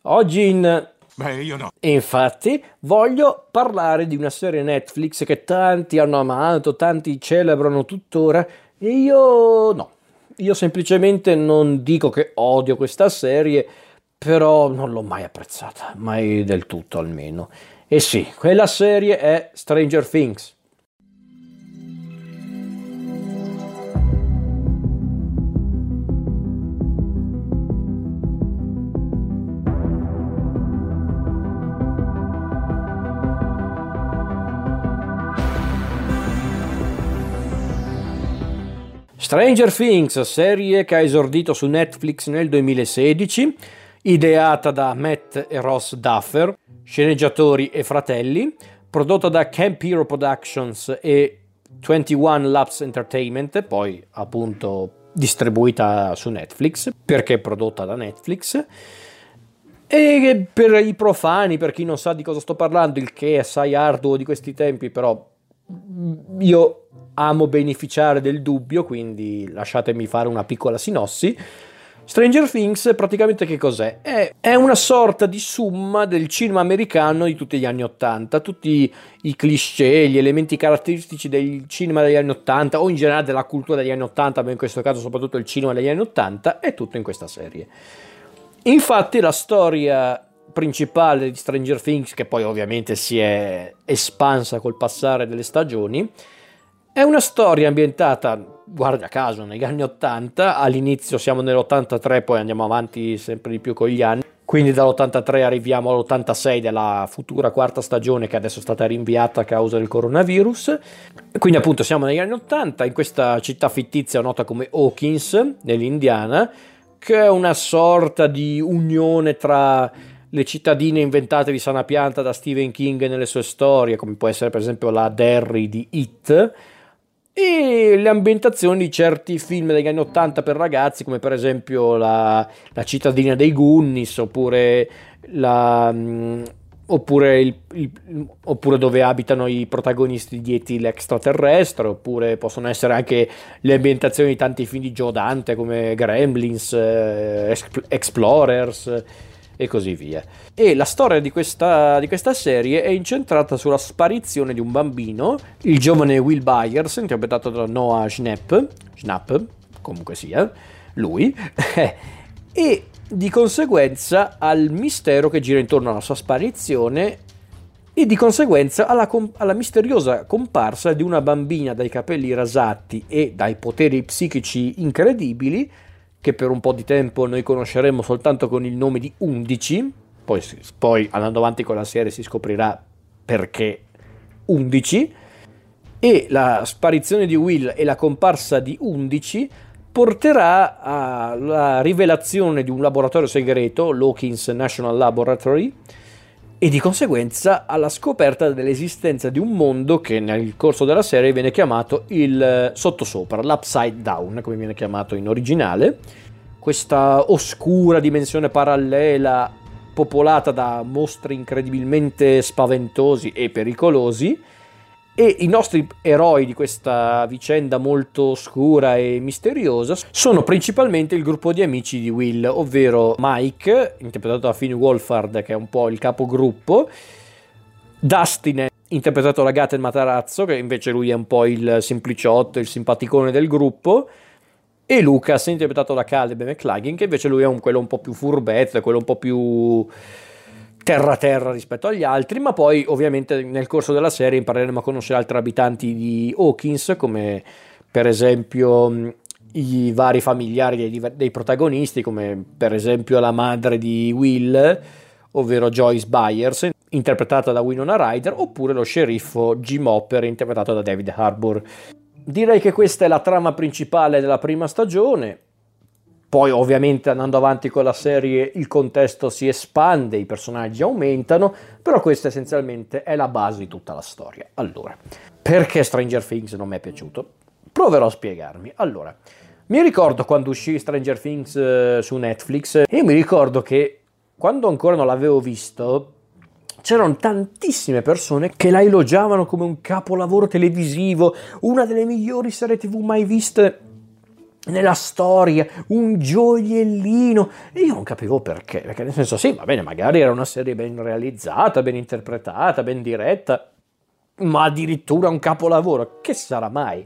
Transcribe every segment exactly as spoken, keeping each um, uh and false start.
Oggi in... Beh, io no. Infatti, voglio parlare di una serie Netflix che tanti hanno amato, tanti celebrano tuttora, e io no. Io semplicemente non dico che odio questa serie, però non l'ho mai apprezzata, mai del tutto almeno. E sì, quella serie è Stranger Things. Stranger Things, serie che ha esordito su Netflix nel duemilasedici, ideata da Matt e Ross Duffer, sceneggiatori e fratelli, prodotta da Camp Hero Productions e ventuno Labs Entertainment, poi appunto distribuita su Netflix, perché è prodotta da Netflix. E per i profani, per chi non sa di cosa sto parlando, il che è assai arduo di questi tempi, però io amo beneficiare del dubbio, quindi lasciatemi fare una piccola sinossi. Stranger Things praticamente che cos'è? È, è una sorta di summa del cinema americano di tutti gli anni ottanta, tutti i cliché, gli elementi caratteristici del cinema degli anni ottanta o in generale della cultura degli anni ottanta, ma in questo caso soprattutto il cinema degli anni ottanta, è tutto in questa serie. Infatti la storia principale di Stranger Things, che poi ovviamente si è espansa col passare delle stagioni, è una storia ambientata, guarda caso, negli anni ottanta. All'inizio siamo nell'ottantatré, poi andiamo avanti sempre di più con gli anni, quindi dall'ottantatré arriviamo all'ottantasei della futura quarta stagione, che adesso è stata rinviata a causa del coronavirus. Quindi appunto siamo negli anni ottanta, in questa città fittizia nota come Hawkins, nell'Indiana, che è una sorta di unione tra le cittadine inventate di sana pianta da Stephen King nelle sue storie, come può essere per esempio la Derry di It, e le ambientazioni di certi film degli anni ottanta per ragazzi, come per esempio la, la cittadina dei Goonies, oppure la mh, oppure, il, il, oppure dove abitano i protagonisti di E T l'extraterrestre, oppure possono essere anche le ambientazioni di tanti film di Joe Dante come Gremlins, eh, Explorers e così via. E la storia di questa, di questa serie è incentrata sulla sparizione di un bambino, il giovane Will Byers, interpretato da Noah Schnapp, Schnapp, comunque sia, lui, e di conseguenza al mistero che gira intorno alla sua sparizione e di conseguenza alla, alla misteriosa comparsa di una bambina dai capelli rasati e dai poteri psichici incredibili, che per un po' di tempo noi conosceremo soltanto con il nome di undici, poi, poi andando avanti con la serie si scoprirà perché undici, e la sparizione di Will e la comparsa di undici porterà alla rivelazione di un laboratorio segreto, l'Hawkins National Laboratory, e di conseguenza alla scoperta dell'esistenza di un mondo che nel corso della serie viene chiamato il sottosopra, l'Upside Down, come viene chiamato in originale, questa oscura dimensione parallela popolata da mostri incredibilmente spaventosi e pericolosi. E i nostri eroi di questa vicenda molto oscura e misteriosa sono principalmente il gruppo di amici di Will, ovvero Mike, interpretato da Finn Wolfhard, che è un po' il capogruppo, Dustin, interpretato da Gaten Matarazzo, che invece lui è un po' il sempliciotto, il simpaticone del gruppo, e Lucas, interpretato da Caleb McLaggen, che invece lui è un, quello un po' più furbetto, quello un po' più terra terra rispetto agli altri. Ma poi ovviamente nel corso della serie impareremo a conoscere altri abitanti di Hawkins, come per esempio i vari familiari dei, dei protagonisti, come per esempio la madre di Will, ovvero Joyce Byers, interpretata da Winona Ryder, oppure lo sceriffo Jim Hopper, interpretato da David Harbour. Direi che questa è la trama principale della prima stagione. Poi ovviamente andando avanti con la serie il contesto si espande, i personaggi aumentano, però questa essenzialmente è la base di tutta la storia. Allora, perché Stranger Things non mi è piaciuto? Proverò a spiegarmi. Allora, mi ricordo quando uscì Stranger Things eh, su Netflix, e mi ricordo che quando ancora non l'avevo visto c'erano tantissime persone che la elogiavano come un capolavoro televisivo, una delle migliori serie tv mai viste. nella storia, un gioiellino, e io non capivo perché, perché nel senso sì, va bene, magari era una serie ben realizzata, ben interpretata, ben diretta, ma addirittura un capolavoro, che sarà mai?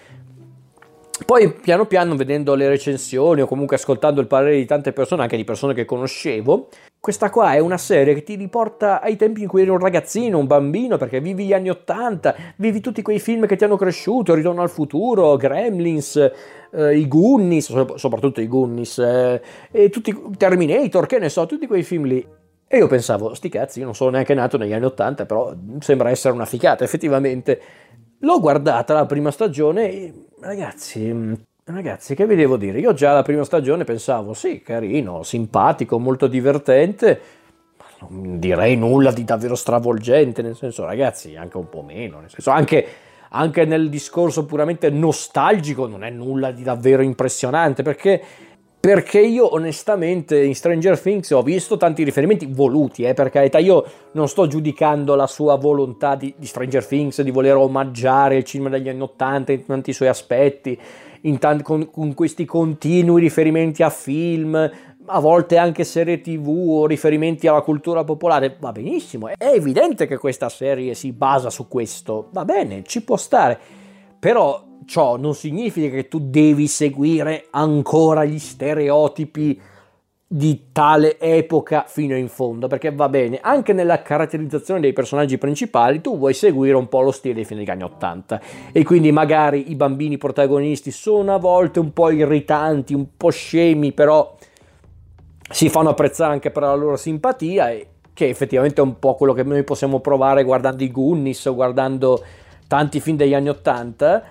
Poi piano piano, vedendo le recensioni o comunque ascoltando il parere di tante persone, anche di persone che conoscevo, questa qua è una serie che ti riporta ai tempi in cui eri un ragazzino, un bambino, perché vivi gli anni ottanta, vivi tutti quei film che ti hanno cresciuto, Ritorno al futuro, Gremlins, eh, i Goonies, soprattutto i Goonies, eh, e tutti Terminator, che ne so, tutti quei film lì. E io pensavo, sti cazzi, io non sono neanche nato negli anni ottanta, però sembra essere una figata, effettivamente. L'ho guardata la prima stagione e, ragazzi, ragazzi, che vi devo dire? Io già la prima stagione pensavo, sì, carino, simpatico, molto divertente, ma non direi nulla di davvero stravolgente, nel senso, ragazzi, anche un po' meno, nel senso, anche, anche nel discorso puramente nostalgico non è nulla di davvero impressionante, perché... Perché io onestamente in Stranger Things ho visto tanti riferimenti voluti, eh, per carità, io non sto giudicando la sua volontà di, di Stranger Things di voler omaggiare il cinema degli anni ottanta in tanti suoi aspetti, in tanti, con, con questi continui riferimenti a film, a volte anche serie tv o riferimenti alla cultura popolare, va benissimo, è evidente che questa serie si basa su questo, va bene, ci può stare, però... Ciò non significa che tu devi seguire ancora gli stereotipi di tale epoca fino in fondo, perché va bene, anche nella caratterizzazione dei personaggi principali tu vuoi seguire un po' lo stile dei film degli anni ottanta e quindi magari i bambini protagonisti sono a volte un po' irritanti, un po' scemi, però si fanno apprezzare anche per la loro simpatia, e che effettivamente è un po' quello che noi possiamo provare guardando i Goonies o guardando tanti film degli anni ottanta.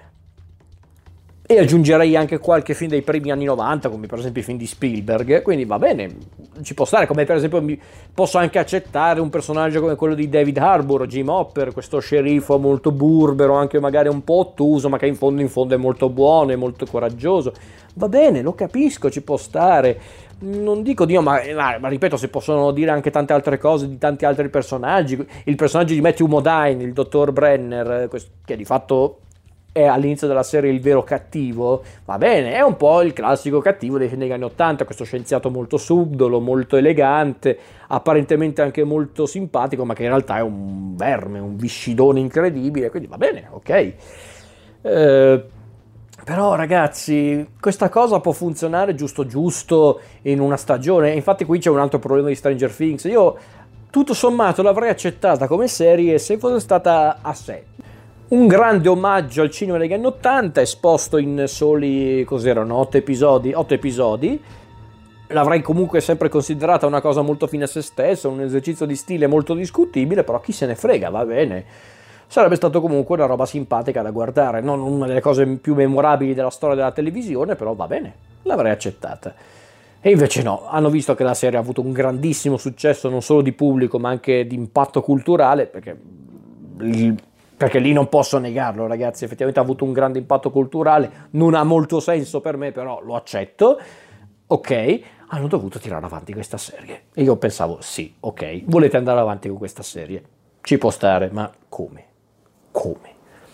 E aggiungerei anche qualche film dei primi anni novanta, come per esempio i film di Spielberg, quindi va bene, ci può stare, come per esempio posso anche accettare un personaggio come quello di David Harbour, Jim Hopper, questo sceriffo molto burbero, anche magari un po' ottuso, ma che in fondo in fondo è molto buono, è molto coraggioso, va bene, lo capisco, ci può stare, non dico Dio, ma, ma, ma ripeto, si possono dire anche tante altre cose di tanti altri personaggi, il personaggio di Matthew Modine, il dottor Brenner, che di fatto... è all'inizio della serie il vero cattivo, va bene, è un po' il classico cattivo dei film degli anni ottanta, questo scienziato molto subdolo, molto elegante, apparentemente anche molto simpatico, ma che in realtà è un verme, un viscidone incredibile, quindi va bene, ok. Eh, però ragazzi, questa cosa può funzionare giusto giusto in una stagione, infatti qui c'è un altro problema di Stranger Things, io tutto sommato l'avrei accettata come serie se fosse stata a sé. Un grande omaggio al cinema degli anni ottanta, esposto in soli, cos'erano, otto episodi, otto episodi. L'avrei comunque sempre considerata una cosa molto fine a se stessa, un esercizio di stile molto discutibile, però chi se ne frega, va bene. Sarebbe stato comunque una roba simpatica da guardare, non una delle cose più memorabili della storia della televisione, però va bene, l'avrei accettata. E invece no, hanno visto che la serie ha avuto un grandissimo successo non solo di pubblico ma anche di impatto culturale, perché... Il, perché lì non posso negarlo, ragazzi, effettivamente ha avuto un grande impatto culturale, non ha molto senso per me, però lo accetto, ok, hanno dovuto tirare avanti questa serie. E io pensavo, sì, ok, volete andare avanti con questa serie, ci può stare, ma come? Come?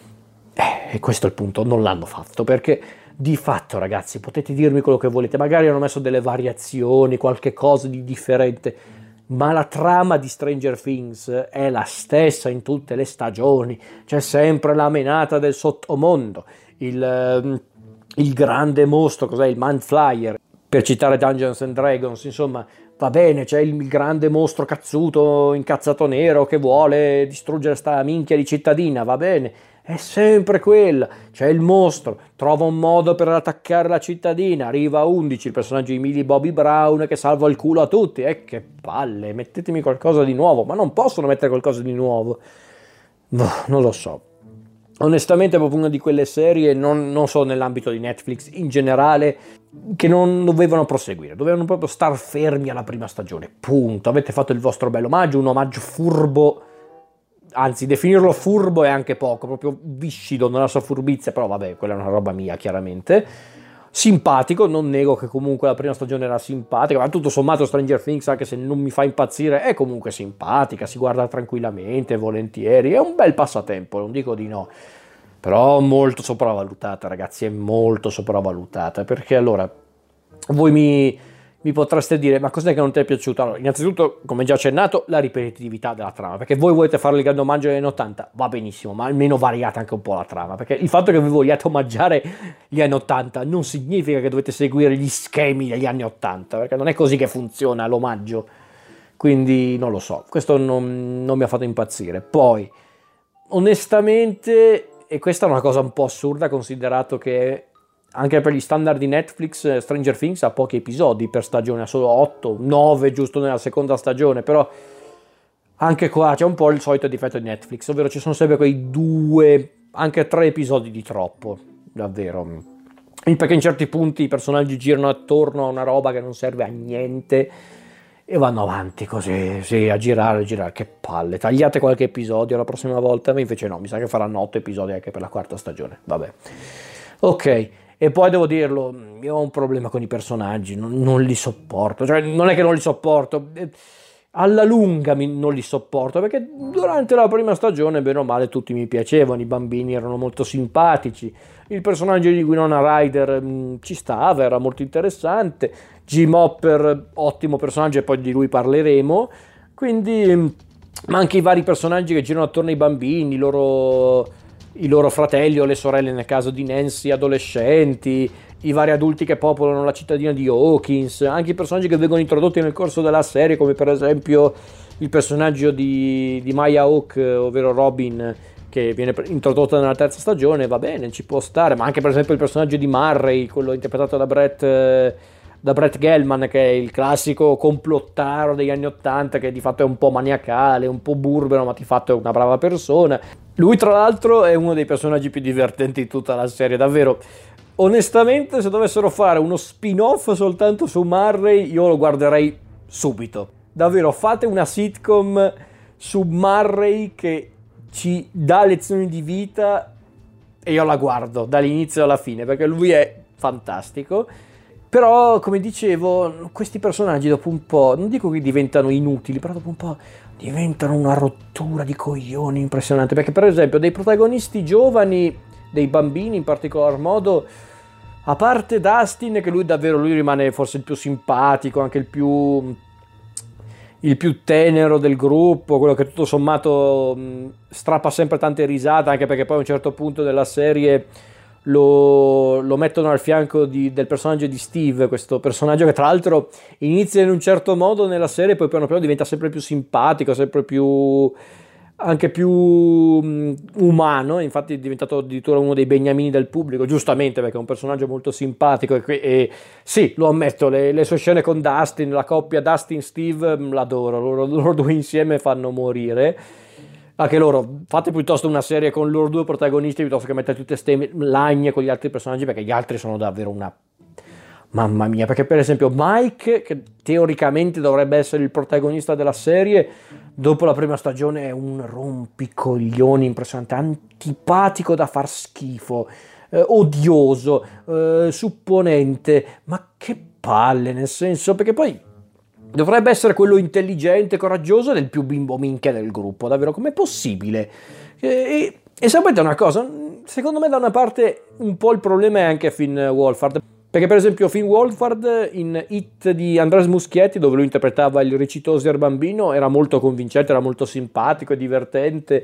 Eh, e questo è il punto, non l'hanno fatto, perché di fatto, ragazzi, potete dirmi quello che volete, magari hanno messo delle variazioni, qualche cosa di differente, ma la trama di Stranger Things è la stessa in tutte le stagioni, c'è sempre la menata del sottomondo, il, il grande mostro, cos'è, il Mind Flyer, per citare Dungeons and Dragons, insomma, va bene, c'è il grande mostro cazzuto, incazzato nero che vuole distruggere sta minchia di cittadina, va bene, è sempre quella, c'è il mostro, trova un modo per attaccare la cittadina, arriva a undici, il personaggio di Millie Bobby Brown che salva il culo a tutti, e eh, che palle, mettetemi qualcosa di nuovo, ma non possono mettere qualcosa di nuovo, boh, non lo so, onestamente è proprio una di quelle serie, non, non solo nell'ambito di Netflix, in generale, che non dovevano proseguire, dovevano proprio star fermi alla prima stagione, punto, avete fatto il vostro bel omaggio, un omaggio furbo, anzi definirlo furbo è anche poco, proprio viscido nella sua furbizia, però vabbè, quella è una roba mia chiaramente, simpatico, non nego che comunque la prima stagione era simpatica, ma tutto sommato Stranger Things, anche se non mi fa impazzire, è comunque simpatica, si guarda tranquillamente, volentieri, è un bel passatempo, non dico di no. però molto sopravvalutata, ragazzi, è molto sopravvalutata, perché allora voi mi, mi potreste dire, ma cos'è che non ti è piaciuto? Allora, innanzitutto, come già accennato, la ripetitività della trama, perché voi volete fare il grande omaggio agli anni ottanta, va benissimo, ma almeno variate anche un po' la trama, perché il fatto che voi vogliate omaggiare gli anni ottanta non significa che dovete seguire gli schemi degli anni ottanta, perché non è così che funziona l'omaggio, quindi non lo so, questo non, non mi ha fatto impazzire. Poi, onestamente, e questa è una cosa un po' assurda, considerato che anche per gli standard di Netflix Stranger Things ha pochi episodi per stagione, ha solo otto, nove giusto nella seconda stagione, però anche qua c'è un po' il solito difetto di Netflix, ovvero ci sono sempre quei due, anche tre episodi di troppo, davvero, perché in certi punti i personaggi girano attorno a una roba che non serve a niente e vanno avanti così, sì, a girare, a girare, che palle, tagliate qualche episodio la prossima volta, ma invece no, mi sa che faranno otto episodi anche per la quarta stagione, vabbè. Ok, e poi devo dirlo, io ho un problema con i personaggi, non, non li sopporto, cioè non è che non li sopporto, alla lunga mi, non li sopporto, perché durante la prima stagione, bene o male, tutti mi piacevano, i bambini erano molto simpatici, il personaggio di Winona Ryder mh, ci stava, era molto interessante, Jim Hopper, ottimo personaggio, e poi di lui parleremo, quindi, ma anche i vari personaggi che girano attorno ai bambini, i loro, i loro fratelli o le sorelle, nel caso di Nancy, adolescenti, i vari adulti che popolano la cittadina di Hawkins, anche i personaggi che vengono introdotti nel corso della serie, come per esempio il personaggio di, di Maya Hawke, ovvero Robin, che viene introdotta nella terza stagione, va bene, ci può stare, ma anche per esempio il personaggio di Murray, quello interpretato da Brett, da Brett Gelman, che è il classico complottaro degli anni ottanta, che di fatto è un po' maniacale, un po' burbero, ma di fatto è una brava persona. Lui tra l'altro è uno dei personaggi più divertenti di tutta la serie, davvero. Onestamente, se dovessero fare uno spin-off soltanto su Murray, io lo guarderei subito. Davvero, fate una sitcom su Murray che ci dà lezioni di vita e io la guardo dall'inizio alla fine, perché lui è fantastico. Però, come dicevo, questi personaggi dopo un po', non dico che diventano inutili, però dopo un po' diventano una rottura di coglioni impressionante, perché per esempio dei protagonisti giovani, dei bambini in particolar modo, a parte Dustin, che lui davvero lui rimane forse il più simpatico, anche il più il più tenero del gruppo, quello che tutto sommato mh, strappa sempre tante risate, anche perché poi a un certo punto della serie lo, lo mettono al fianco di, del personaggio di Steve, questo personaggio che tra l'altro inizia in un certo modo nella serie, poi piano piano diventa sempre più simpatico, sempre più anche più um, umano, infatti è diventato addirittura uno dei beniamini del pubblico, giustamente, perché è un personaggio molto simpatico e, e sì, lo ammetto, le, le sue scene con Dustin, la coppia Dustin-Steve, l'adoro, loro, loro due insieme fanno morire. Anche loro, fate piuttosto una serie con loro due protagonisti piuttosto che mettere tutte ste lagne con gli altri personaggi, perché gli altri sono davvero una... Mamma mia, perché per esempio Mike, che teoricamente dovrebbe essere il protagonista della serie, dopo la prima stagione è un rompicoglioni impressionante, antipatico da far schifo, eh, odioso, eh, supponente, ma che palle, nel senso, perché poi dovrebbe essere quello intelligente, coraggioso del più bimbo minchia del gruppo, davvero, com'è possibile? E, e, e sapete una cosa, secondo me da una parte un po' il problema è anche Finn Wolfhard, perché per esempio Finn Wolfhard in It di Andrés Muschietti, dove lui interpretava il recitoser bambino, era molto convincente, era molto simpatico e divertente,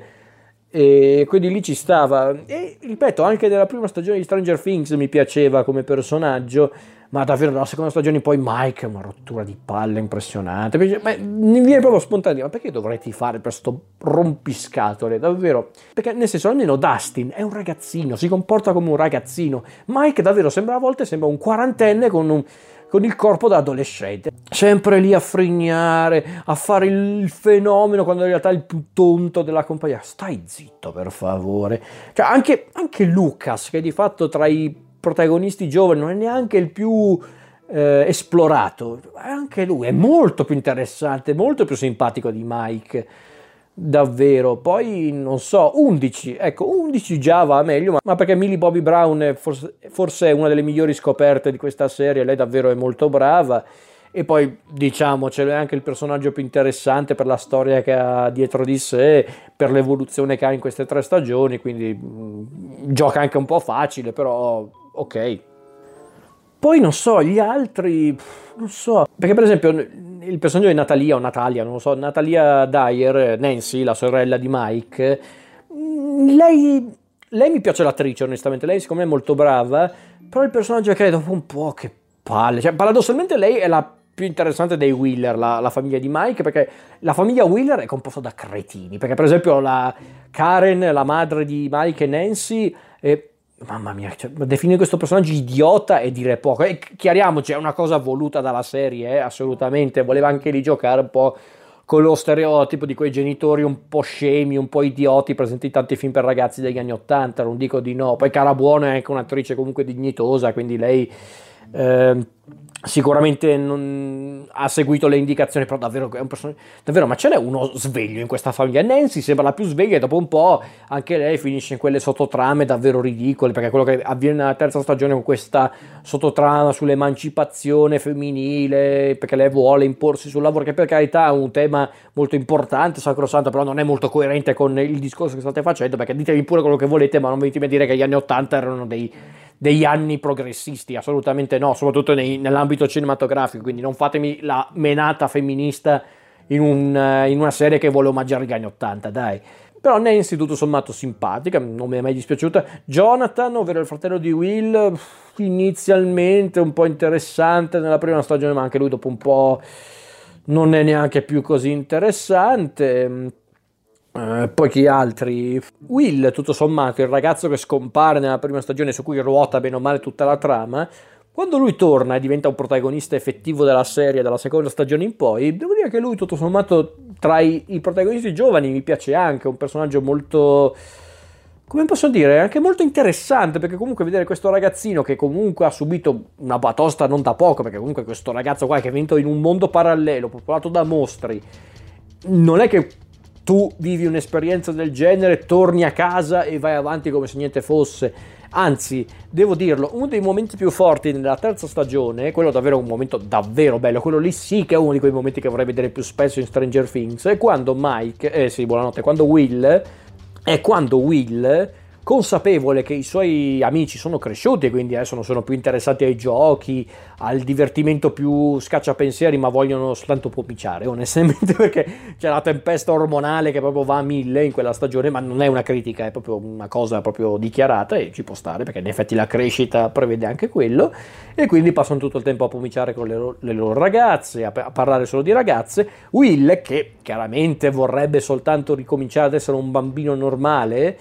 e quindi lì ci stava. E ripeto, anche nella prima stagione di Stranger Things mi piaceva come personaggio, ma davvero dalla seconda stagione poi Mike è una rottura di palle impressionante. Beh, mi viene proprio spontaneo, ma perché dovrei fare per sto rompiscatole, davvero? Perché nel senso, almeno Dustin è un ragazzino, si comporta come un ragazzino. Mike davvero sembra a volte sembra un quarantenne con un con il corpo da adolescente, sempre lì a frignare, a fare il fenomeno, quando in realtà è il più tonto della compagnia. Stai zitto, per favore. Cioè anche, anche Lucas, che di fatto tra i protagonisti giovani non è neanche il più eh, esplorato, anche lui è molto più interessante, molto più simpatico di Mike, davvero. Poi non so, undici, ecco, undici già va meglio, ma, ma perché Millie Bobby Brown è forse, forse è una delle migliori scoperte di questa serie, lei davvero è molto brava, e poi diciamocelo è anche il personaggio più interessante per la storia che ha dietro di sé, per l'evoluzione che ha in queste tre stagioni, quindi mh, gioca anche un po' facile, però ok. Poi non so, gli altri, non so, perché per esempio il personaggio di Natalia o Natalia, non lo so, Natalia Dyer, Nancy, la sorella di Mike, lei, lei mi piace l'attrice onestamente, lei secondo me è molto brava, però il personaggio che è dopo un po' che palle, cioè paradossalmente lei è la più interessante dei Wheeler, la, la famiglia di Mike, perché la famiglia Wheeler è composta da cretini, perché per esempio la Karen, la madre di Mike e Nancy, è, mamma mia, cioè, definire questo personaggio idiota e dire poco. E chiariamoci, è una cosa voluta dalla serie, eh, assolutamente. Voleva anche lì giocare un po' con lo stereotipo di quei genitori un po' scemi, un po' idioti presenti in tanti film per ragazzi degli anni Ottanta, non dico di no. Poi Cara Buono è anche un'attrice comunque dignitosa, quindi lei eh, sicuramente non ha seguito le indicazioni, però davvero è un personaggio davvero, ma ce n'è uno sveglio in questa famiglia. Nancy sembra la più sveglia e dopo un po' anche lei finisce in quelle sottotrame davvero ridicole, perché quello che avviene nella terza stagione con questa sottotrama sull'emancipazione femminile, perché lei vuole imporsi sul lavoro, che per carità è un tema molto importante, sacrosanto, però non è molto coerente con il discorso che state facendo, perché ditevi pure quello che volete, ma non venitemi a dire che gli anni ottanta erano dei degli anni progressisti, assolutamente no, soprattutto nei, nell'ambito cinematografico, quindi non fatemi la menata femminista in, un, in una serie che vuole omaggiare gli anni ottanta, dai. Però Nancy tutto sommato simpatica, non mi è mai dispiaciuta. Jonathan, ovvero il fratello di Will, inizialmente un po' interessante nella prima stagione, ma anche lui dopo un po' non è neanche più così interessante. Uh, poi chi altri? Will, tutto sommato, il ragazzo che scompare nella prima stagione, su cui ruota bene o male tutta la trama, quando lui torna e diventa un protagonista effettivo della serie dalla seconda stagione in poi, devo dire che lui tutto sommato tra i, i protagonisti giovani mi piace anche, un personaggio molto, come posso dire, anche molto interessante, perché comunque vedere questo ragazzino che comunque ha subito una batosta non da poco, perché comunque questo ragazzo qua che è venuto in un mondo parallelo popolato da mostri, non è che tu vivi un'esperienza del genere, torni a casa e vai avanti come se niente fosse. Anzi, devo dirlo, uno dei momenti più forti nella terza stagione, quello davvero un momento davvero bello, quello lì sì che è uno di quei momenti che vorrei vedere più spesso in Stranger Things, è quando Mike, eh sì, buonanotte, quando Will, è quando Will, consapevole che i suoi amici sono cresciuti e quindi adesso non sono più interessati ai giochi, al divertimento più scacciapensieri, ma vogliono soltanto pomiciare, onestamente, perché c'è la tempesta ormonale che proprio va a mille in quella stagione, ma non è una critica, è proprio una cosa proprio dichiarata e ci può stare, perché in effetti la crescita prevede anche quello, e quindi passano tutto il tempo a pomiciare con le loro, le loro ragazze, a, a parlare solo di ragazze. Will, che chiaramente vorrebbe soltanto ricominciare ad essere un bambino normale,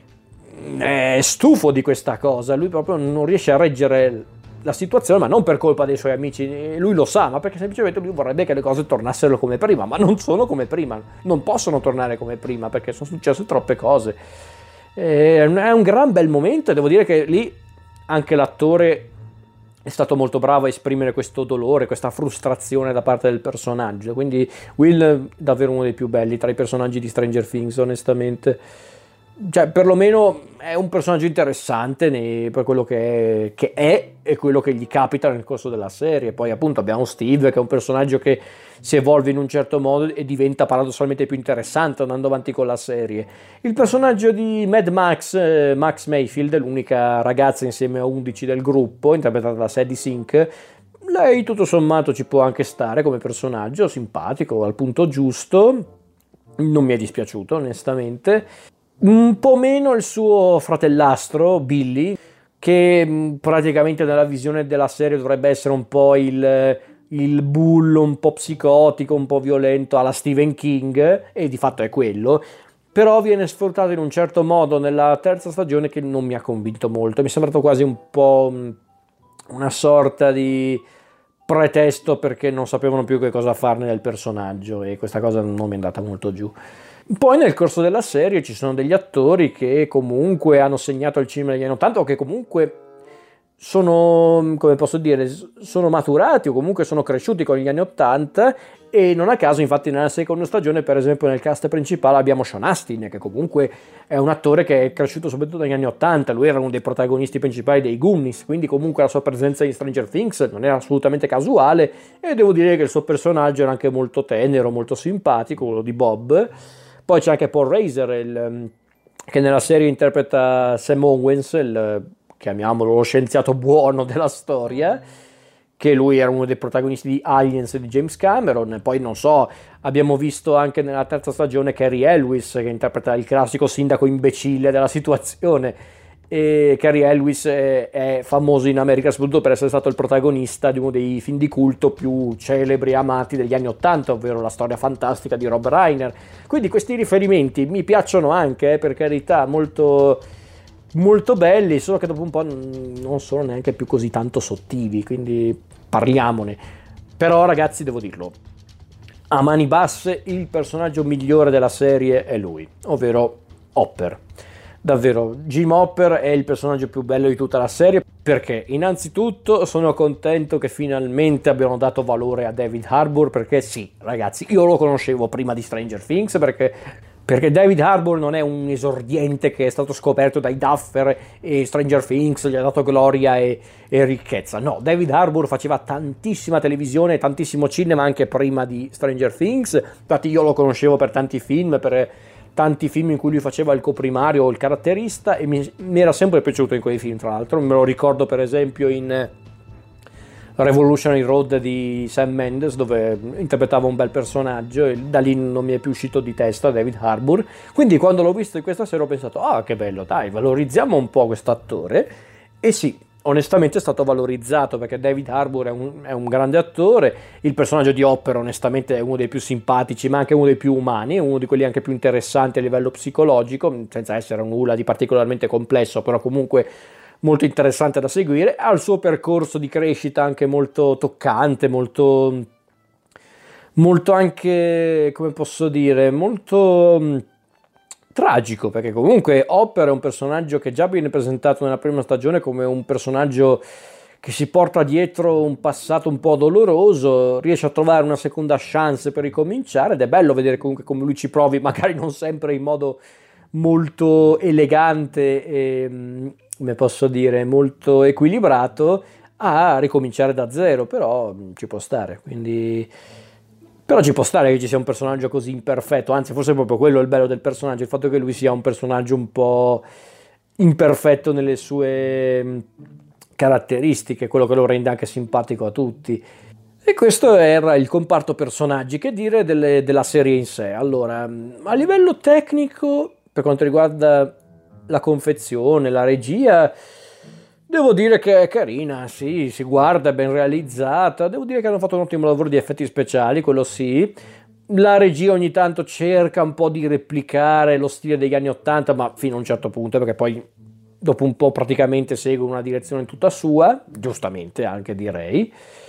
è stufo di questa cosa, lui proprio non riesce a reggere la situazione, ma non per colpa dei suoi amici, lui lo sa, ma perché semplicemente lui vorrebbe che le cose tornassero come prima, ma non sono come prima, non possono tornare come prima perché sono successe troppe cose. È un gran bel momento e devo dire che lì anche l'attore è stato molto bravo a esprimere questo dolore, questa frustrazione da parte del personaggio, quindi Will è davvero uno dei più belli tra i personaggi di Stranger Things, onestamente. Cioè, perlomeno è un personaggio interessante nei, per quello che è, che è e quello che gli capita nel corso della serie. Poi appunto abbiamo Steve, che è un personaggio che si evolve in un certo modo e diventa paradossalmente più interessante andando avanti con la serie. Il personaggio di Mad Max, eh, Max Mayfield, l'unica ragazza insieme a undici del gruppo, interpretata da Sadie Sink, lei tutto sommato ci può anche stare come personaggio, simpatico, al punto giusto, non mi è dispiaciuto onestamente. Un po' meno il suo fratellastro Billy, che praticamente nella visione della serie dovrebbe essere un po' il, il bullo, un po' psicotico, un po' violento alla Stephen King, e di fatto è quello, però viene sfruttato in un certo modo nella terza stagione che non mi ha convinto molto, mi è sembrato quasi un po' una sorta di pretesto perché non sapevano più che cosa farne del personaggio, e questa cosa non mi è andata molto giù. Poi nel corso della serie ci sono degli attori che comunque hanno segnato il cinema negli anni ottanta, o che comunque sono, come posso dire, sono maturati o comunque sono cresciuti con gli anni ottanta, e non a caso infatti nella seconda stagione, per esempio, nel cast principale abbiamo Sean Astin, che comunque è un attore che è cresciuto soprattutto negli anni ottanta. Lui era uno dei protagonisti principali dei Goonies, quindi comunque la sua presenza in Stranger Things non era assolutamente casuale, e devo dire che il suo personaggio era anche molto tenero, molto simpatico, quello di Bob. Poi c'è anche Paul Reiser, il, che nella serie interpreta Sam Owens, il, chiamiamolo lo scienziato buono della storia, che lui era uno dei protagonisti di Aliens di James Cameron. Poi non so, abbiamo visto anche nella terza stagione Cary Elwes, che interpreta il classico sindaco imbecille della situazione, e Cary Elwes è, è famoso in America soprattutto per essere stato il protagonista di uno dei film di culto più celebri e amati degli anni ottanta, ovvero La storia fantastica di Rob Reiner. Quindi questi riferimenti mi piacciono anche, eh, per carità, molto molto belli, solo che dopo un po' non sono neanche più così tanto sottili, quindi parliamone. Però ragazzi, devo dirlo, a mani basse il personaggio migliore della serie è lui, ovvero Hopper. Davvero, Jim Hopper è il personaggio più bello di tutta la serie, perché innanzitutto sono contento che finalmente abbiano dato valore a David Harbour, perché sì, ragazzi, io lo conoscevo prima di Stranger Things, perché perché David Harbour non è un esordiente che è stato scoperto dai Duffer e Stranger Things gli ha dato gloria e, e ricchezza. No, David Harbour faceva tantissima televisione, tantissimo cinema anche prima di Stranger Things. Infatti io lo conoscevo per tanti film, per tanti film in cui lui faceva il coprimario o il caratterista, e mi, mi era sempre piaciuto in quei film. Tra l'altro me lo ricordo per esempio in Revolutionary Road di Sam Mendes, dove interpretava un bel personaggio, e da lì non mi è più uscito di testa David Harbour. Quindi quando l'ho visto in questa serie ho pensato, ah, che bello, dai, valorizziamo un po' quest'attore. E sì, onestamente è stato valorizzato, perché David Harbour è un, è un grande attore. Il personaggio di Hopper onestamente è uno dei più simpatici, ma anche uno dei più umani, uno di quelli anche più interessanti a livello psicologico, senza essere nulla di particolarmente complesso, però comunque molto interessante da seguire. Ha il suo percorso di crescita anche molto toccante, molto molto anche, come posso dire, molto mh, tragico, perché comunque Hopper è un personaggio che già viene presentato nella prima stagione come un personaggio che si porta dietro un passato un po' doloroso, riesce a trovare una seconda chance per ricominciare, ed è bello vedere comunque come lui ci provi, magari non sempre in modo molto elegante e, come posso dire, molto equilibrato, a ricominciare da zero. Però ci può stare, quindi però ci può stare che ci sia un personaggio così imperfetto, anzi forse è proprio quello il bello del personaggio, il fatto che lui sia un personaggio un po' imperfetto nelle sue caratteristiche, quello che lo rende anche simpatico a tutti. E questo era il comparto personaggi. Che dire delle, della serie in sé? Allora, a livello tecnico, per quanto riguarda la confezione, la regia, devo dire che è carina, sì, si guarda, è ben realizzata. Devo dire che hanno fatto un ottimo lavoro di effetti speciali, quello sì. La regia ogni tanto cerca un po' di replicare lo stile degli anni ottanta, ma fino a un certo punto, perché poi dopo un po' praticamente segue una direzione tutta sua, giustamente anche direi.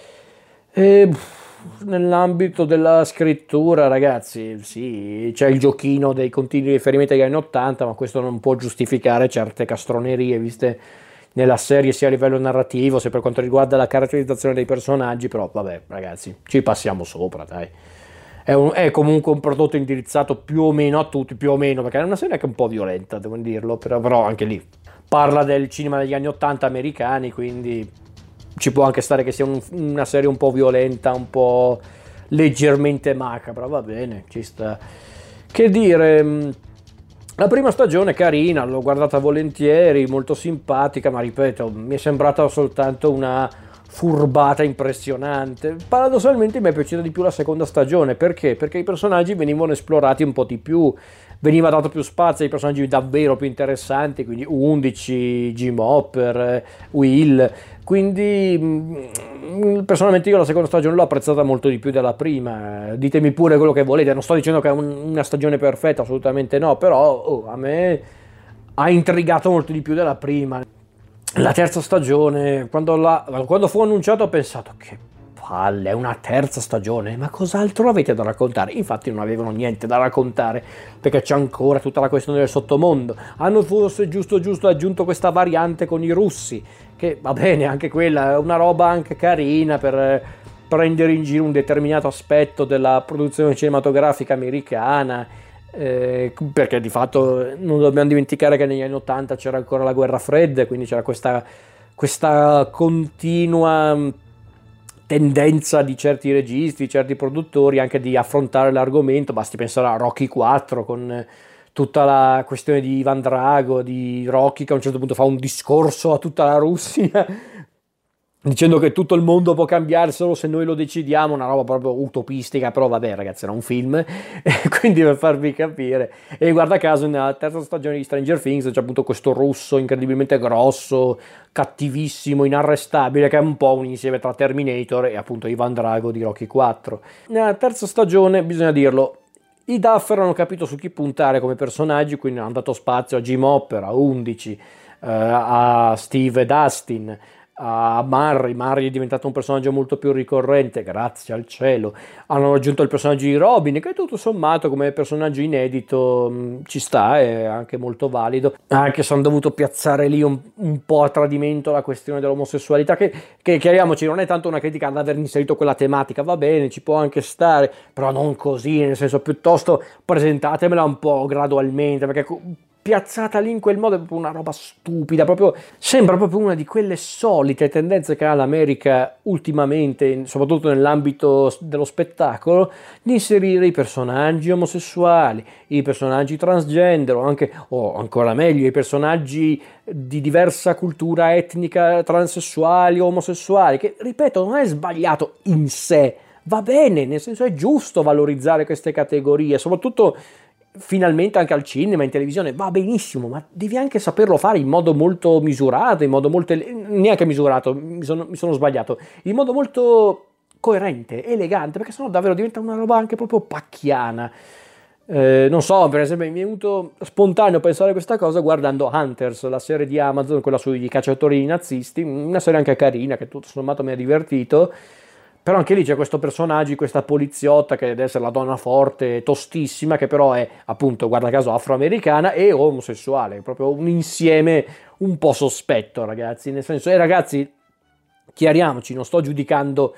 E nell'ambito della scrittura, ragazzi, sì, c'è il giochino dei continui riferimenti agli anni ottanta, ma questo non può giustificare certe castronerie viste nella serie, sia a livello narrativo sia per quanto riguarda la caratterizzazione dei personaggi. Però vabbè, ragazzi, ci passiamo sopra, dai. È, un, è comunque un prodotto indirizzato più o meno a tutti, più o meno, perché è una serie anche un po' violenta, devo dirlo, però, però anche lì parla del cinema degli anni ottanta americani, quindi ci può anche stare che sia un, una serie un po' violenta, un po' leggermente macabra, va bene, ci sta. Che dire, la prima stagione è carina, l'ho guardata volentieri, molto simpatica, ma ripeto, mi è sembrata soltanto una furbata impressionante. Paradossalmente mi è piaciuta di più la seconda stagione. Perché? Perché i personaggi venivano esplorati un po' di più, veniva dato più spazio ai personaggi davvero più interessanti, quindi undici, Jim Hopper, Will. Quindi personalmente io la seconda stagione l'ho apprezzata molto di più della prima. Ditemi pure quello che volete, non sto dicendo che è un, una stagione perfetta, assolutamente no, però oh, a me ha intrigato molto di più della prima. La terza stagione, quando, la, quando fu annunciato ho pensato che palle, è una terza stagione, ma cos'altro avete da raccontare? Infatti non avevano niente da raccontare, perché c'è ancora tutta la questione del sottomondo. Hanno forse giusto giusto aggiunto questa variante con i russi, che va bene, anche quella è una roba anche carina per prendere in giro un determinato aspetto della produzione cinematografica americana, eh, perché di fatto non dobbiamo dimenticare che negli anni ottanta c'era ancora la guerra fredda, quindi c'era questa, questa continua tendenza di certi registi, di certi produttori anche di affrontare l'argomento. Basti pensare a Rocky quattro con tutta la questione di Ivan Drago, di Rocky che a un certo punto fa un discorso a tutta la Russia dicendo che tutto il mondo può cambiare solo se noi lo decidiamo, una roba proprio utopistica, però vabbè ragazzi, era un film, quindi per farvi capire. E guarda caso nella terza stagione di Stranger Things c'è appunto questo russo incredibilmente grosso, cattivissimo, inarrestabile, che è un po' un insieme tra Terminator e appunto Ivan Drago di Rocky quattro. Nella terza stagione, bisogna dirlo, i Duffer hanno capito su chi puntare come personaggi, quindi hanno dato spazio a Jim Hopper, a undici, eh, a Steve e Dustin, a Murray. Murray è diventato un personaggio molto più ricorrente, grazie al cielo. Hanno aggiunto il personaggio di Robin, che tutto sommato come personaggio inedito mh, ci sta, è anche molto valido, anche se hanno dovuto piazzare lì un, un po' a tradimento la questione dell'omosessualità, che, che chiariamoci non è tanto una critica ad aver inserito quella tematica, va bene, ci può anche stare, però non così, nel senso piuttosto presentatemela un po' gradualmente, perché piazzata lì in quel modo è proprio una roba stupida, proprio sembra proprio una di quelle solite tendenze che ha l'America ultimamente, soprattutto nell'ambito dello spettacolo, di inserire i personaggi omosessuali, i personaggi transgender, o anche, o ancora meglio, i personaggi di diversa cultura etnica, transessuali o omosessuali, che ripeto non è sbagliato in sé, va bene, nel senso è giusto valorizzare queste categorie, soprattutto finalmente anche al cinema, in televisione, va benissimo, ma devi anche saperlo fare in modo molto misurato, in modo molto, neanche misurato, mi sono, mi sono sbagliato, in modo molto coerente, elegante, perché sennò davvero diventa una roba anche proprio pacchiana. Eh, non so, per esempio mi è venuto spontaneo pensare a questa cosa guardando Hunters, la serie di Amazon, quella sui cacciatori nazisti, una serie anche carina che tutto sommato mi ha divertito. Però anche lì c'è questo personaggio, questa poliziotta che deve essere la donna forte, tostissima, che però è appunto, guarda caso, afroamericana e omosessuale, proprio un insieme un po' sospetto, ragazzi. Nel senso, eh ragazzi, chiariamoci, non sto giudicando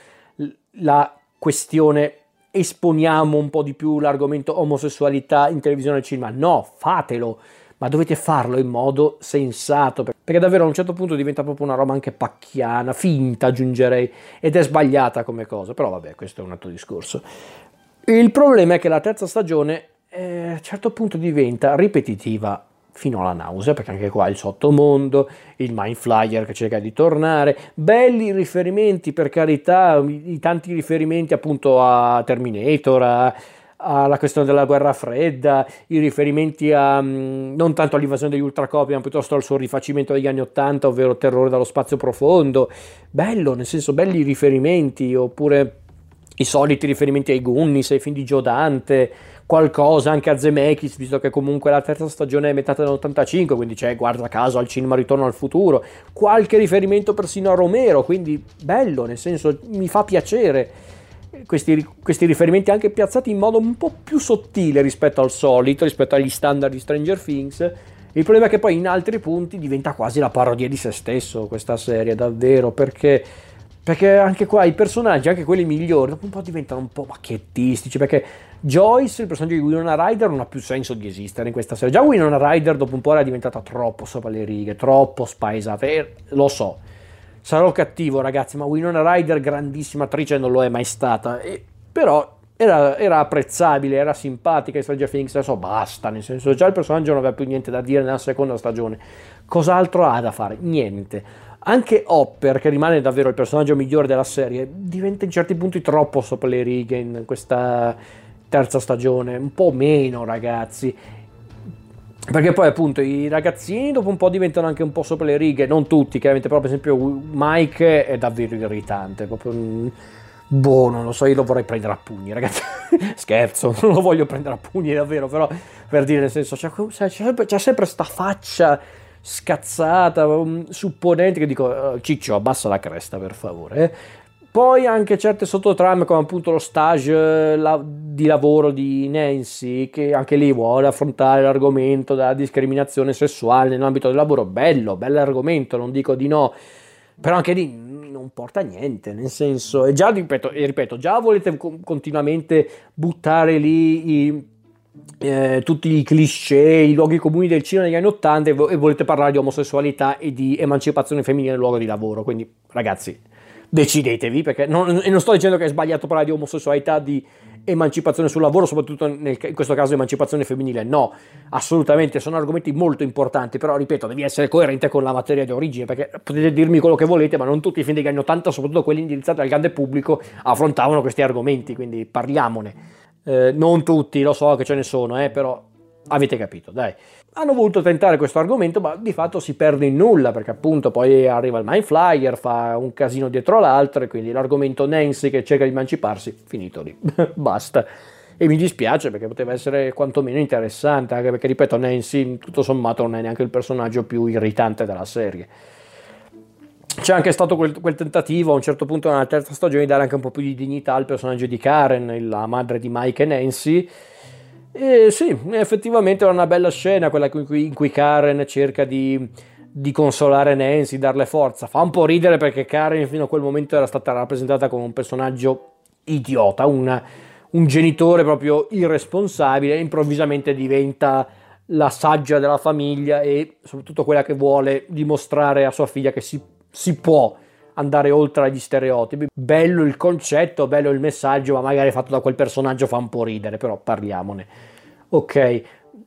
la questione, esponiamo un po' di più l'argomento omosessualità in televisione e al cinema, no, fatelo, ma dovete farlo in modo sensato, perché davvero a un certo punto diventa proprio una roba anche pacchiana, finta aggiungerei, ed è sbagliata come cosa, però vabbè, questo è un altro discorso. Il problema è che la terza stagione eh, a un certo punto diventa ripetitiva fino alla nausea, perché anche qua il sottomondo, il Mind Flyer che cerca di tornare, belli riferimenti per carità, i, i tanti riferimenti appunto a Terminator, a alla questione della guerra fredda, i riferimenti a non tanto all'invasione degli ultracopi, ma piuttosto al suo rifacimento degli anni ottanta, ovvero Terrore dallo spazio profondo. Bello, nel senso, belli riferimenti, oppure i soliti riferimenti ai Goonies, ai film di Joe Dante, qualcosa anche a Zemeckis, visto che comunque la terza stagione è metà dell'ottantacinque, quindi c'è, guarda caso, al cinema Ritorno al futuro, qualche riferimento persino a Romero, quindi bello, nel senso, mi fa piacere. Questi, questi riferimenti anche piazzati in modo un po' più sottile rispetto al solito, rispetto agli standard di Stranger Things. Il problema è che poi in altri punti diventa quasi la parodia di se stesso questa serie, davvero, perché, perché anche qua i personaggi, anche quelli migliori, dopo un po' diventano un po' macchiettistici, perché Joyce, il personaggio di Winona Ryder, non ha più senso di esistere in questa serie. Già Winona Ryder dopo un po' era diventata troppo sopra le righe, troppo spaesata, e lo so. Sarò cattivo ragazzi, ma Winona Ryder grandissima attrice non lo è mai stata, e, però era, era apprezzabile, era simpatica in Stranger Things, adesso basta, nel senso già il personaggio non aveva più niente da dire nella seconda stagione, cos'altro ha da fare? Niente. Anche Hopper, che rimane davvero il personaggio migliore della serie, diventa in certi punti troppo sopra le righe in questa terza stagione, un po' meno ragazzi. Perché poi appunto i ragazzini dopo un po' diventano anche un po' sopra le righe, non tutti chiaramente, però per esempio Mike è davvero irritante, proprio boh, non lo so, io lo vorrei prendere a pugni ragazzi, scherzo, non lo voglio prendere a pugni davvero, però per dire nel senso c'è, c'è, sempre, c'è sempre sta faccia scazzata, supponente, che dico Ciccio abbassa la cresta per favore, eh. Poi anche certe sottotrame come appunto lo stage la, di lavoro di Nancy, che anche lì vuole affrontare l'argomento della discriminazione sessuale nell'ambito del lavoro. Bello, bell'argomento, non dico di no, però anche lì non porta a niente, nel senso, e già ripeto, e ripeto già volete continuamente buttare lì i, eh, tutti i cliché, i luoghi comuni del cinema degli anni ottanta, e, vo- e volete parlare di omosessualità e di emancipazione femminile nel luogo di lavoro, quindi ragazzi decidetevi, perché non, e non sto dicendo che è sbagliato parlare di omosessualità, di emancipazione sul lavoro, soprattutto nel, in questo caso emancipazione femminile, no, assolutamente, sono argomenti molto importanti, però ripeto, devi essere coerente con la materia di origine, perché potete dirmi quello che volete, ma non tutti i film degli anni ottanta, soprattutto quelli indirizzati al grande pubblico, affrontavano questi argomenti, quindi parliamone. Eh, non tutti, lo so che ce ne sono, eh, però avete capito, dai. Hanno voluto tentare questo argomento, ma di fatto si perde in nulla, perché appunto poi arriva il Mind Flyer, fa un casino dietro l'altro, e quindi l'argomento Nancy che cerca di emanciparsi, finito lì, basta. E mi dispiace, perché poteva essere quantomeno interessante, anche perché, ripeto, Nancy tutto sommato non è neanche il personaggio più irritante della serie. C'è anche stato quel, quel tentativo a un certo punto nella terza stagione di dare anche un po' più di dignità al personaggio di Karen, la madre di Mike e Nancy. E sì, effettivamente era una bella scena quella in cui, in cui Karen cerca di, di consolare Nancy, darle forza. Fa un po' ridere, perché Karen fino a quel momento era stata rappresentata come un personaggio idiota, una, un genitore proprio irresponsabile, e improvvisamente diventa la saggia della famiglia e soprattutto quella che vuole dimostrare a sua figlia che si, si può andare oltre agli stereotipi. Bello il concetto, bello il messaggio, ma magari fatto da quel personaggio fa un po' ridere, però parliamone. Ok.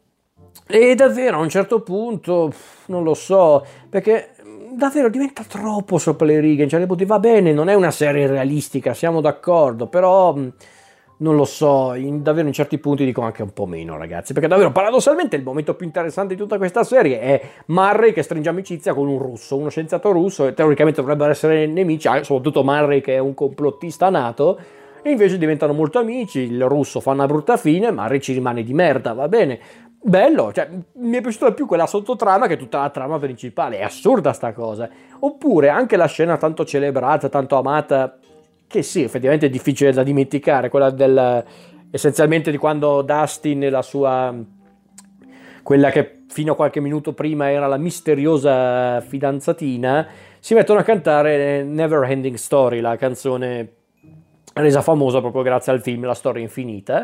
E davvero a un certo punto, non lo so, perché davvero diventa troppo sopra le righe, cioè, va bene, non è una serie realistica, siamo d'accordo, però non lo so, in, davvero in certi punti dico anche un po' meno, ragazzi, perché davvero paradossalmente il momento più interessante di tutta questa serie è Murray che stringe amicizia con un russo, uno scienziato russo, e teoricamente dovrebbero essere nemici, soprattutto Murray che è un complottista nato, e invece diventano molto amici, il russo fa una brutta fine, Murray ci rimane di merda, va bene, bello, cioè mi è piaciuta più quella sottotrama che tutta la trama principale, è assurda sta cosa. Oppure anche la scena tanto celebrata, tanto amata, che sì, effettivamente è difficile da dimenticare, quella del, essenzialmente di quando Dustin e la sua, quella che fino a qualche minuto prima era la misteriosa fidanzatina, si mettono a cantare Never Ending Story, la canzone resa famosa proprio grazie al film La Storia Infinita.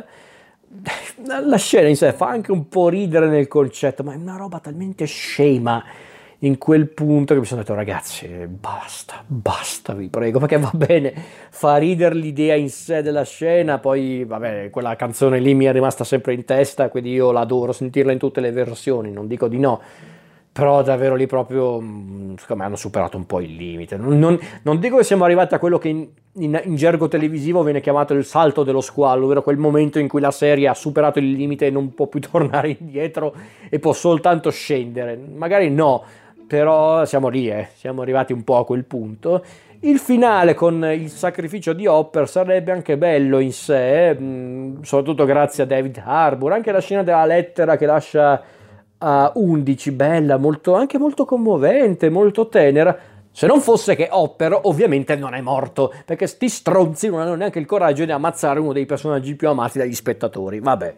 La scena in sé fa anche un po' ridere nel concetto, ma è una roba talmente scema in quel punto che mi sono detto ragazzi basta, basta vi prego, perché va bene, fa ridere l'idea in sé della scena, poi vabbè quella canzone lì mi è rimasta sempre in testa, quindi io l'adoro sentirla in tutte le versioni, non dico di no, però davvero lì proprio secondo me hanno superato un po' il limite. Non, non, non dico che siamo arrivati a quello che in, in, in gergo televisivo viene chiamato il salto dello squalo, ovvero quel momento in cui la serie ha superato il limite e non può più tornare indietro e può soltanto scendere, magari no, però siamo lì, eh. Siamo arrivati un po' a quel punto. Il finale con il sacrificio di Hopper sarebbe anche bello in sé, mh, soprattutto grazie a David Harbour, anche la scena della lettera che lascia a undici, bella, molto, anche molto commovente, molto tenera, se non fosse che Hopper ovviamente non è morto, perché sti stronzi non hanno neanche il coraggio di ammazzare uno dei personaggi più amati dagli spettatori, vabbè.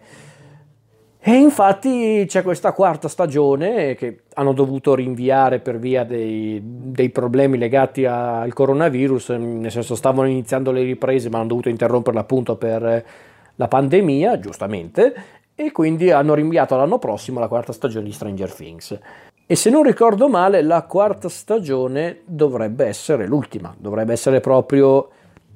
E infatti c'è questa quarta stagione che hanno dovuto rinviare per via dei, dei problemi legati al coronavirus, nel senso stavano iniziando le riprese ma hanno dovuto interromperla appunto per la pandemia, giustamente, e quindi hanno rinviato all'anno prossimo la quarta stagione di Stranger Things. E se non ricordo male la quarta stagione dovrebbe essere l'ultima, dovrebbe essere proprio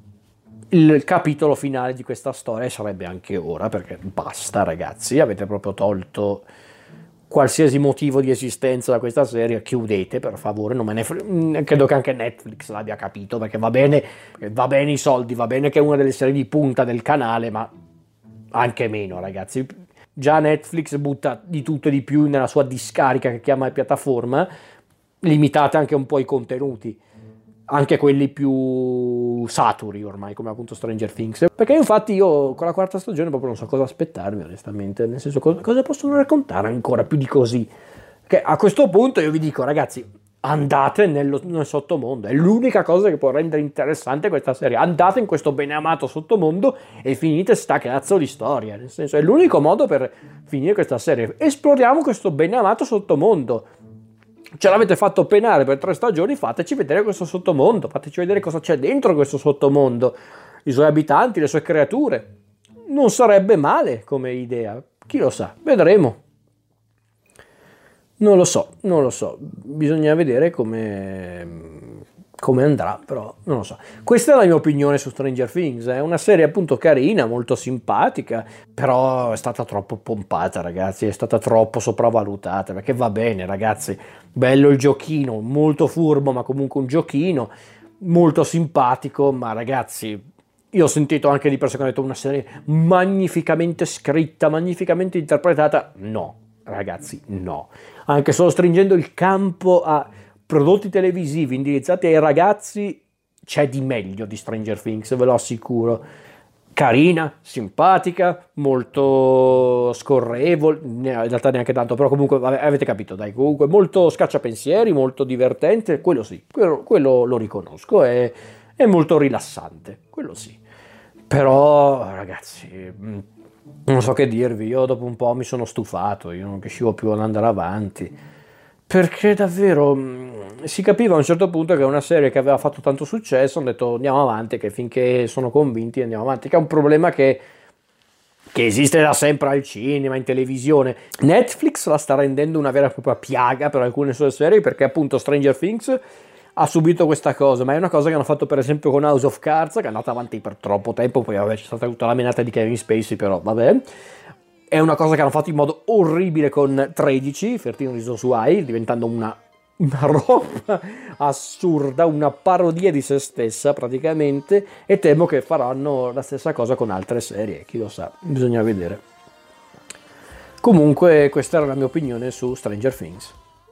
il capitolo finale di questa storia, e sarebbe anche ora, perché basta ragazzi, avete proprio tolto qualsiasi motivo di esistenza da questa serie, chiudete per favore, non me ne fre- credo che anche Netflix l'abbia capito, perché va bene, va bene i soldi, va bene che è una delle serie di punta del canale, ma anche meno ragazzi, già Netflix butta di tutto e di più nella sua discarica che chiama piattaforma, limitate anche un po' i contenuti, anche quelli più saturi ormai, come appunto Stranger Things, perché infatti io con la quarta stagione proprio non so cosa aspettarmi onestamente, nel senso cosa, cosa possono raccontare ancora più di così, che a questo punto io vi dico ragazzi andate nello, nel sottomondo, è l'unica cosa che può rendere interessante questa serie, andate in questo beneamato sottomondo e finite sta cazzo di storia, nel senso è l'unico modo per finire questa serie, esploriamo questo beneamato sottomondo, ce l'avete fatto penare per tre stagioni, fateci vedere questo sottomondo, fateci vedere cosa c'è dentro questo sottomondo, i suoi abitanti, le sue creature, non sarebbe male come idea, chi lo sa, vedremo. Non lo so, non lo so, bisogna vedere come, come andrà, però non lo so. Questa è la mia opinione su Stranger Things, è una serie appunto carina, molto simpatica, però è stata troppo pompata, ragazzi, è stata troppo sopravvalutata, perché va bene, ragazzi, bello il giochino, molto furbo, ma comunque un giochino, molto simpatico, ma ragazzi, io ho sentito anche di persone che hanno detto una serie magnificamente scritta, magnificamente interpretata, no. Ragazzi, no. Anche solo stringendo il campo a prodotti televisivi indirizzati ai ragazzi, c'è di meglio di Stranger Things, ve lo assicuro. Carina, simpatica, molto scorrevole, in realtà neanche tanto, però comunque vabbè, avete capito, dai, comunque molto scacciapensieri, molto divertente, quello sì, quello, quello lo riconosco, è, è molto rilassante, quello sì. Però, ragazzi, non so che dirvi, io dopo un po' mi sono stufato, io non riuscivo più ad andare avanti, perché davvero mh, si capiva a un certo punto che è una serie che aveva fatto tanto successo, hanno detto andiamo avanti, che finché sono convinti andiamo avanti, che è un problema che, che esiste da sempre al cinema, in televisione. Netflix la sta rendendo una vera e propria piaga per alcune sue serie, perché appunto Stranger Things ha subito questa cosa, ma è una cosa che hanno fatto per esempio con House of Cards, che è andata avanti per troppo tempo, poi vabbè c'è stata tutta la menata di Kevin Spacey, però vabbè. È una cosa che hanno fatto in modo orribile con tredici, tredici Reasons Why, diventando una, una roba assurda, una parodia di se stessa praticamente, e temo che faranno la stessa cosa con altre serie, chi lo sa, bisogna vedere. Comunque questa era la mia opinione su Stranger Things.